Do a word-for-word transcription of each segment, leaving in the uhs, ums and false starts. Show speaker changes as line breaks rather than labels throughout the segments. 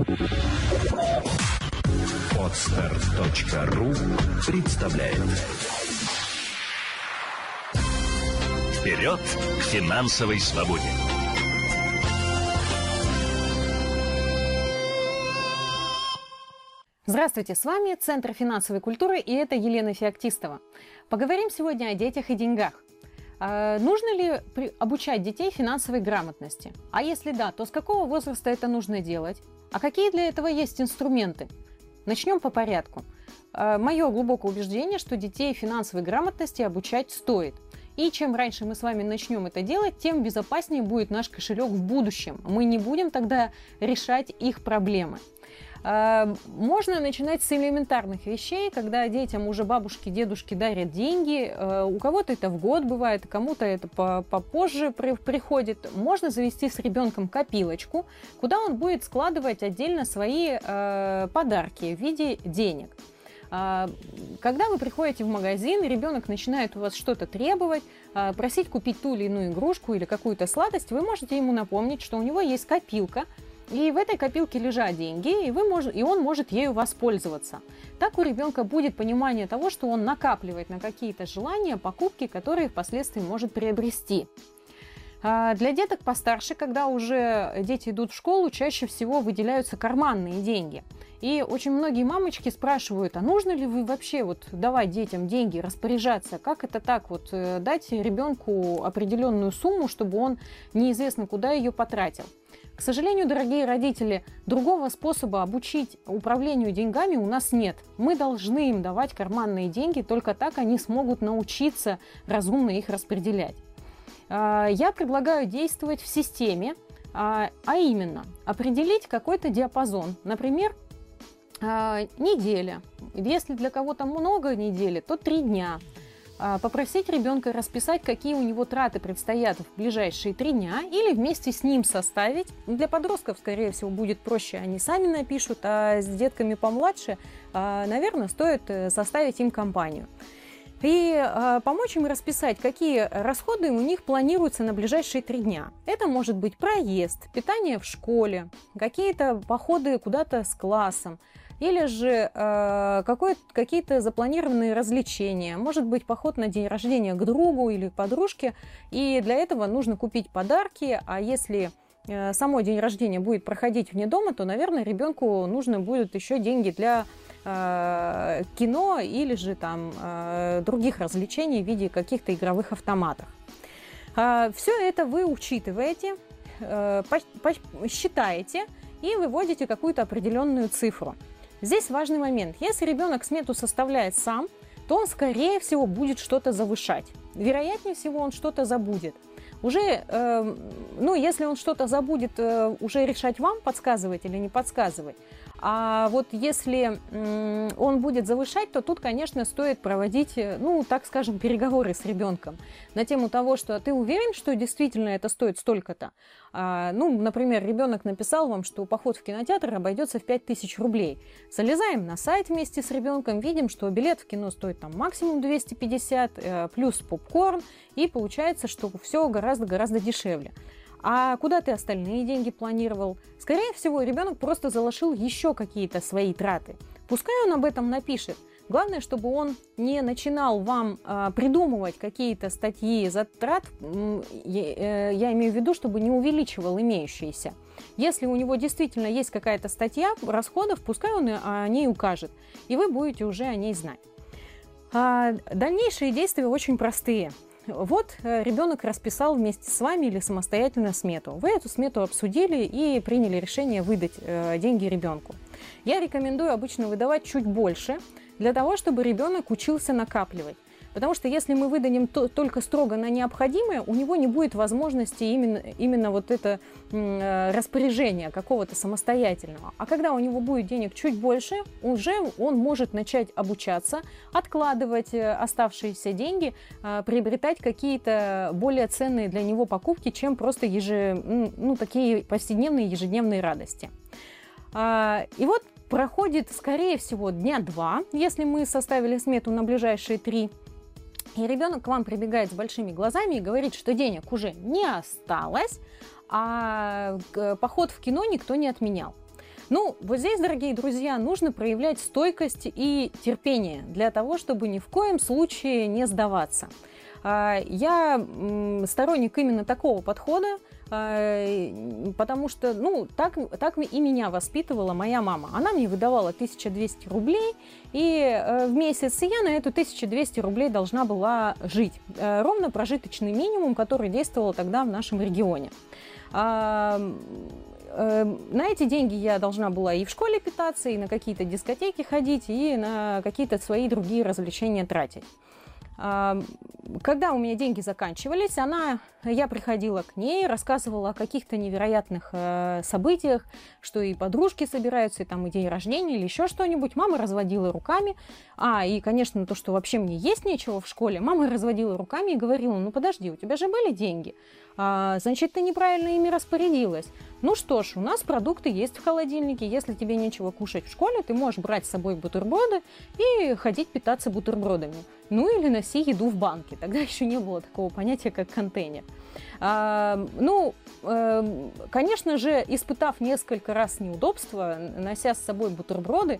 Подстер точка ру представляет.
Вперед к финансовой свободе!
Здравствуйте, с вами Центр финансовой культуры, и это Елена Феоктистова. Поговорим сегодня о детях и деньгах. Э, нужно ли при, обучать детей финансовой грамотности? А если да, то с какого возраста это нужно делать? А какие для этого есть инструменты? Начнем по порядку. Э, мое глубокое убеждение, что детей финансовой грамотности обучать стоит. И чем раньше мы с вами начнем это делать, тем безопаснее будет наш кошелек в будущем. Мы не будем тогда решать их проблемы. Можно начинать с элементарных вещей, когда детям уже бабушки, дедушки дарят деньги. У кого-то это в год бывает, кому-то это попозже приходит. Можно завести с ребенком копилочку, куда он будет складывать отдельно свои подарки в виде денег. Когда вы приходите в магазин, и ребенок начинает у вас что-то требовать, просить купить ту или иную игрушку или какую-то сладость, вы можете ему напомнить, что у него есть копилка, и в этой копилке лежат деньги, и, вы мож... и он может ею воспользоваться. Так у ребенка будет понимание того, что он накапливает на какие-то желания, покупки, которые впоследствии может приобрести. Для деток постарше, когда уже дети идут в школу, чаще всего выделяются карманные деньги. И очень многие мамочки спрашивают, а нужно ли вы вообще вот давать детям деньги, распоряжаться? Как это так, вот дать ребенку определенную сумму, чтобы он неизвестно куда ее потратил? К сожалению, дорогие родители, другого способа обучить управлению деньгами у нас нет. Мы должны им давать карманные деньги, только так они смогут научиться разумно их распределять. Я предлагаю действовать в системе, а именно определить какой-то диапазон. Например, неделя. Если для кого-то много недели, то три дня. Попросить ребенка расписать, какие у него траты предстоят в ближайшие три дня, или вместе с ним составить. Для подростков, скорее всего, будет проще, они сами напишут, а с детками помладше, наверное, стоит составить им компанию. И помочь им расписать, какие расходы у них планируются на ближайшие три дня. Это может быть проезд, питание в школе, какие-то походы куда-то с классом, или же э, какие-то запланированные развлечения. Может быть, поход на день рождения к другу или подружке. И для этого нужно купить подарки. А если э, самой день рождения будет проходить вне дома, то, наверное, ребенку нужно будет еще деньги для э, кино или же там, э, других развлечений в виде каких-то игровых автоматов. Э, все это вы учитываете, э, считаете и выводите какую-то определенную цифру. Здесь важный момент. Если ребенок смету составляет сам, то он, скорее всего, будет что-то завышать. Вероятнее всего, он что-то забудет. Уже, э, ну, если он что-то забудет, э, уже решать вам, подсказывать или не подсказывать. А вот если э, он будет завышать, то тут, конечно, стоит проводить, ну, так скажем, переговоры с ребенком на тему того, что ты уверен, что действительно это стоит столько-то. А, ну, например, ребенок написал вам, что поход в кинотеатр обойдется в пять тысяч рублей. Залезаем на сайт вместе с ребенком, видим, что билет в кино стоит там максимум двести пятьдесят, э, плюс попкорн, и получается, что все гораздо-гораздо дешевле. А куда ты остальные деньги планировал? Скорее всего, ребенок просто заложил еще какие-то свои траты. Пускай он об этом напишет. Главное, чтобы он не начинал вам э, придумывать какие-то статьи затрат, э, э, я имею в виду, чтобы не увеличивал имеющиеся. Если у него действительно есть какая-то статья расходов, пускай он о ней укажет, и вы будете уже о ней знать. А дальнейшие действия очень простые. Вот ребенок расписал вместе с вами или самостоятельно смету. Вы эту смету обсудили и приняли решение выдать э, деньги ребенку. Я рекомендую обычно выдавать чуть больше, для того, чтобы ребенок учился накапливать. Потому что если мы выдадим то, только строго на необходимое, у него не будет возможности именно, именно вот это э, распоряжение какого-то самостоятельного. А когда у него будет денег чуть больше, уже он может начать обучаться, откладывать оставшиеся деньги, э, приобретать какие-то более ценные для него покупки, чем просто еже, ну, такие повседневные ежедневные радости. Э, и вот проходит, скорее всего, дня два, если мы составили смету на ближайшие три. И ребенок к вам прибегает с большими глазами и говорит, что денег уже не осталось, а поход в кино никто не отменял. Ну, вот здесь, дорогие друзья, нужно проявлять стойкость и терпение для того, чтобы ни в коем случае не сдаваться. Я сторонник именно такого подхода, потому что, ну, так, так и меня воспитывала моя мама. Она мне выдавала тысячу двести рублей, и в месяц я на эту тысячу двести рублей должна была жить. Ровно прожиточный минимум, который действовал тогда в нашем регионе. На эти деньги я должна была и в школе питаться, и на какие-то дискотеки ходить, и на какие-то свои другие развлечения тратить. Когда у меня деньги заканчивались, она, я приходила к ней, рассказывала о каких-то невероятных э, событиях, что и подружки собираются, и там и день рождения, или еще что-нибудь. Мама разводила руками. А, и, конечно, то, что вообще мне есть нечего в школе, мама разводила руками и говорила: ну подожди, у тебя же были деньги, а, значит, ты неправильно ими распорядилась. Ну что ж, у нас продукты есть в холодильнике, если тебе нечего кушать в школе, ты можешь брать с собой бутерброды и ходить питаться бутербродами. Ну или носи еду в банке. Тогда еще не было такого понятия, как контейнер. А, ну, э, конечно же, испытав несколько раз неудобства, нося с собой бутерброды,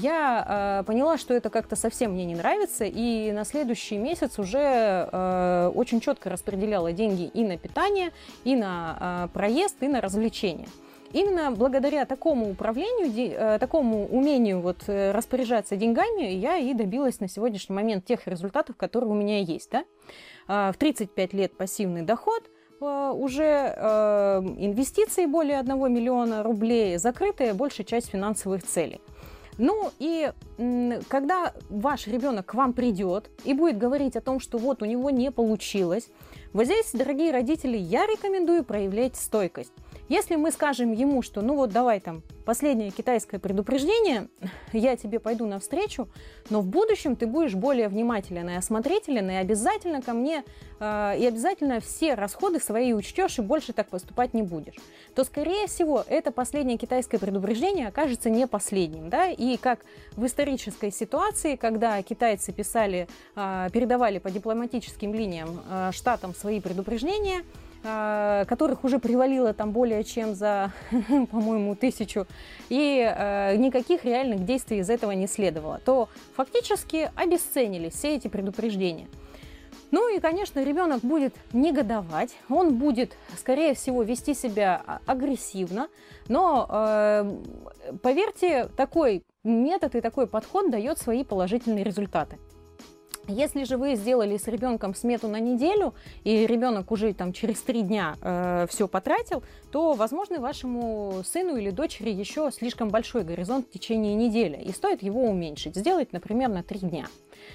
я э, поняла, что это как-то совсем мне не нравится, и на следующий месяц уже э, очень четко распределяла деньги и на питание, и на э, проезд, и на развлечения. Именно благодаря такому управлению, такому умению вот распоряжаться деньгами я и добилась на сегодняшний момент тех результатов, которые у меня есть. Да? В тридцать пять лет пассивный доход, уже инвестиции более одного миллиона рублей, закрытая большая часть финансовых целей. Ну и когда ваш ребенок к вам придет и будет говорить о том, что вот у него не получилось, вот здесь, дорогие родители, я рекомендую проявлять стойкость. Если мы скажем ему, что ну вот давай там последнее китайское предупреждение, я тебе пойду навстречу, но в будущем ты будешь более внимателен и осмотрителен, и обязательно ко мне, э, и обязательно все расходы свои учтешь, и больше так поступать не будешь, то, скорее всего, это последнее китайское предупреждение окажется не последним. Да? И как в исторической ситуации, когда китайцы писали, э, передавали по дипломатическим линиям э, штатам свои предупреждения, которых уже привалило там более чем за, по-моему, тысячу, и э, никаких реальных действий из этого не следовало, то фактически обесценили все эти предупреждения. Ну и, конечно, ребенок будет негодовать, он будет, скорее всего, вести себя агрессивно, но, э, поверьте, такой метод и такой подход дает свои положительные результаты. Если же вы сделали с ребенком смету на неделю, и ребенок уже там через три дня э, все потратил, то, возможно, вашему сыну или дочери еще слишком большой горизонт в течение недели, и стоит его уменьшить, сделать, например, на три дня.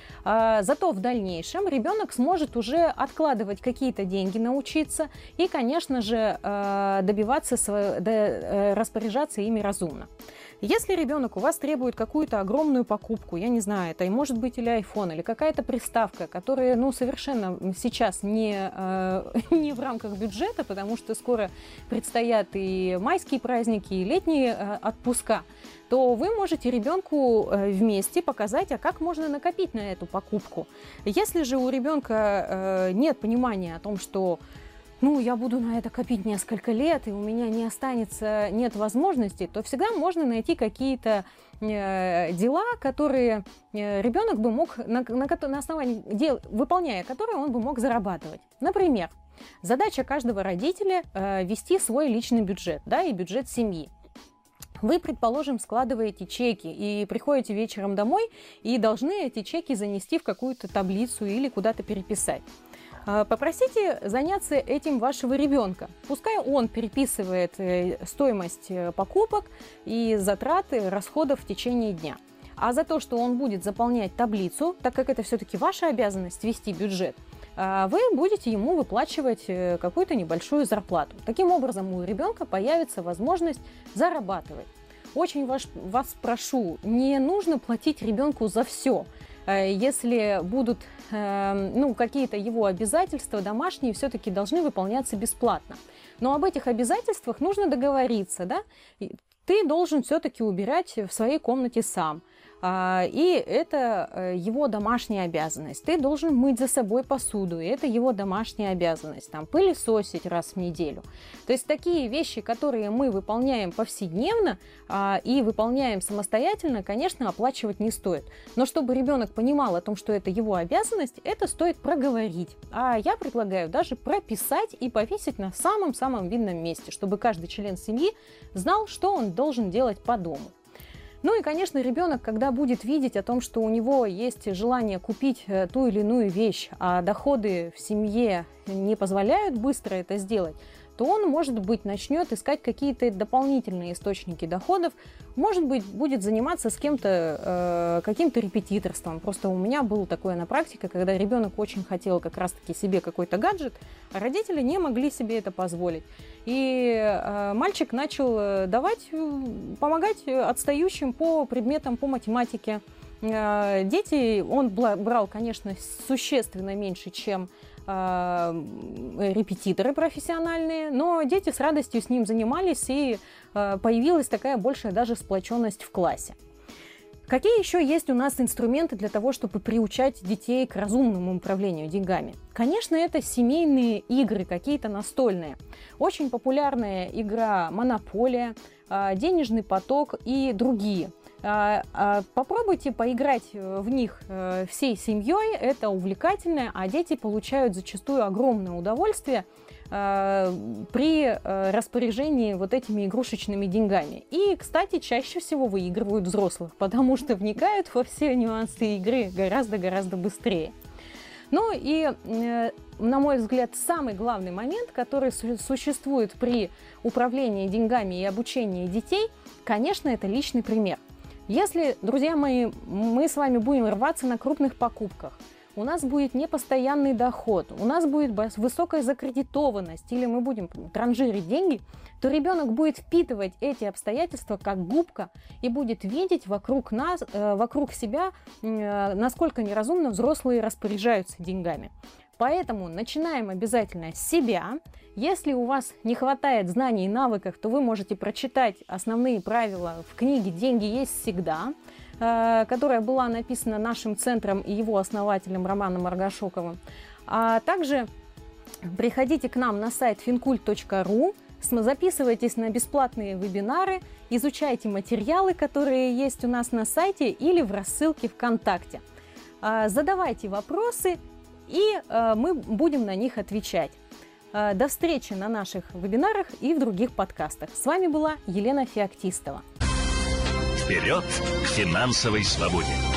А, зато в дальнейшем ребенок сможет уже откладывать какие-то деньги, научиться, и, конечно же, э, добиваться, сво... до... э, распоряжаться ими разумно. Если ребенок у вас требует какую-то огромную покупку, я не знаю, это и может быть или iPhone, или какая-то приставка, которая, ну, совершенно сейчас не, э, не в рамках бюджета, потому что скоро предстоят и майские праздники, и летние э, отпуска, то вы можете ребенку э, вместе показать, а как можно накопить на эту покупку. Если же у ребенка э, нет понимания о том, что ну, я буду на это копить несколько лет, и у меня не останется, нет возможности, то всегда можно найти какие-то э, дела, которые э, ребенок бы мог, на, на, на основании дел, выполняя которые он бы мог зарабатывать. Например, задача каждого родителя э, вести свой личный бюджет, да, и бюджет семьи. Вы, предположим, складываете чеки и приходите вечером домой и должны эти чеки занести в какую-то таблицу или куда-то переписать. Попросите заняться этим вашего ребенка. Пускай он переписывает стоимость покупок и затраты, расходов в течение дня. А за то, что он будет заполнять таблицу, так как это все-таки ваша обязанность вести бюджет, вы будете ему выплачивать какую-то небольшую зарплату. Таким образом, у ребенка появится возможность зарабатывать. Очень вас, вас прошу, не нужно платить ребенку за все. Если будут ну, какие-то его обязательства домашние, все-таки должны выполняться бесплатно. Но об этих обязательствах нужно договориться. Да? Ты должен все-таки убирать в своей комнате сам. И это его домашняя обязанность. Ты должен мыть за собой посуду, и это его домашняя обязанность. Там, пылесосить раз в неделю. То есть такие вещи, которые мы выполняем повседневно и выполняем самостоятельно, конечно, оплачивать не стоит. Но чтобы ребенок понимал о том, что это его обязанность, это стоит проговорить. А я предлагаю даже прописать и повесить на самом-самом видном месте, чтобы каждый член семьи знал, что он должен делать по дому. Ну и, конечно, ребенок, когда будет видеть о том, что у него есть желание купить ту или иную вещь, а доходы в семье не позволяют быстро это сделать, то он, может быть, начнет искать какие-то дополнительные источники доходов, может быть, будет заниматься с кем-то, э, каким-то репетиторством. Просто у меня было такое на практике, когда ребенок очень хотел как раз-таки себе какой-то гаджет, а родители не могли себе это позволить. И э, мальчик начал давать, помогать отстающим по предметам, по математике. Э, дети он брал, конечно, существенно меньше, чем репетиторы профессиональные, но дети с радостью с ним занимались, и появилась такая большая даже сплоченность в классе. Какие еще есть у нас инструменты для того, чтобы приучать детей к разумному управлению деньгами? Конечно, это семейные игры, какие-то настольные. Очень популярная игра «Монополия», «Денежный поток» и другие. Попробуйте поиграть в них всей семьей, это увлекательно, а дети получают зачастую огромное удовольствие при распоряжении вот этими игрушечными деньгами. И, кстати, чаще всего выигрывают взрослых, потому что вникают во все нюансы игры гораздо-гораздо быстрее. Ну и, на мой взгляд, самый главный момент, который существует при управлении деньгами и обучении детей, конечно, это личный пример. Если, друзья мои, мы с вами будем рваться на крупных покупках, у нас будет непостоянный доход, у нас будет высокая закредитованность, или мы будем транжирить деньги, то ребенок будет впитывать эти обстоятельства как губка и будет видеть вокруг нас, вокруг себя, насколько неразумно взрослые распоряжаются деньгами. Поэтому начинаем обязательно с себя. Если у вас не хватает знаний и навыков, то вы можете прочитать основные правила в книге «Деньги есть всегда», которая была написана нашим центром и его основателем Романом Аргашоковым. А также приходите к нам на сайт финкульт точка ру, записывайтесь на бесплатные вебинары, изучайте материалы, которые есть у нас на сайте или в рассылке ВКонтакте. Задавайте вопросы, и мы будем на них отвечать. До встречи на наших вебинарах и в других подкастах. С вами была Елена Феоктистова.
Вперед к финансовой свободе!